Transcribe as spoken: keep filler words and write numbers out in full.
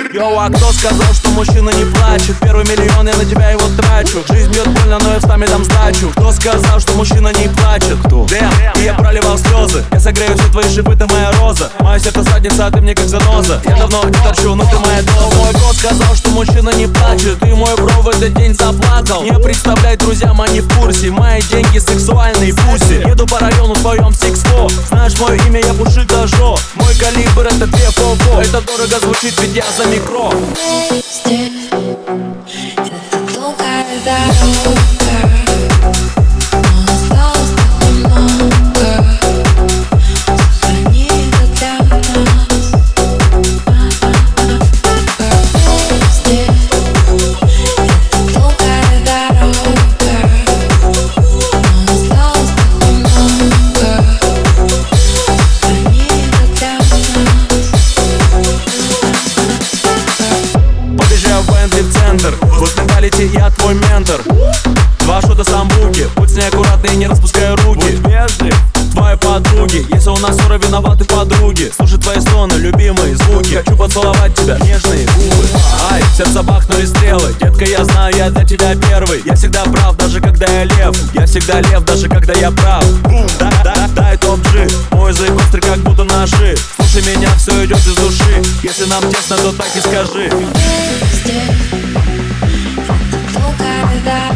Йоу, а кто сказал, что мужчина не плачет? Первый миллион, я на тебя его трачу. Жизнь бьет больно, но я встами дам сдачу. Кто сказал, что мужчина не плачет? Кто? Дэм, и я проливал слезы. Я согрею все твои шипы, ты моя роза. Моя сердце задница, а ты мне как заноза. Я давно не торчу, но ты моя доза. Мой кот сказал, что мужчина не плачет. И мой бро в этот день заплакал. Не представляй, друзьям, они в курсе. Мои деньги сексуальные пуси. Еду по району в твоем сикс-фо. Знаешь мое имя, я Пушита Жо. Мой калибр это две фо-фо. Это дорого звучит, ведь я за микро. Вместе, это долгая дорога, но осталось так немного. Сохрани это для нас. Вместе, это долгая дорога, но осталось так немного. Сохрани это для нас. Побежал в Бентли в центр. Госпиталити, я твой ментор. Два шота самбуки. Будь с ней аккуратный и не распускай руки. Будь вежлив, твои подруги. Если у нас ссора, виноваты подруги. Слушай твои стоны, любимые звуки. Хочу поцеловать тебя, нежные губы. Ай, в сердце бахнули стрелы. Детка, я знаю, я для тебя первый. Я всегда прав, даже когда я лев. Я всегда лев, даже когда я прав. Бум, да, да, дай топ-джи. Мой язык острый, как будто ножи. Слушай меня, все идет из души. Если нам тесно, то так и скажи. Вместе, это долгая дорога.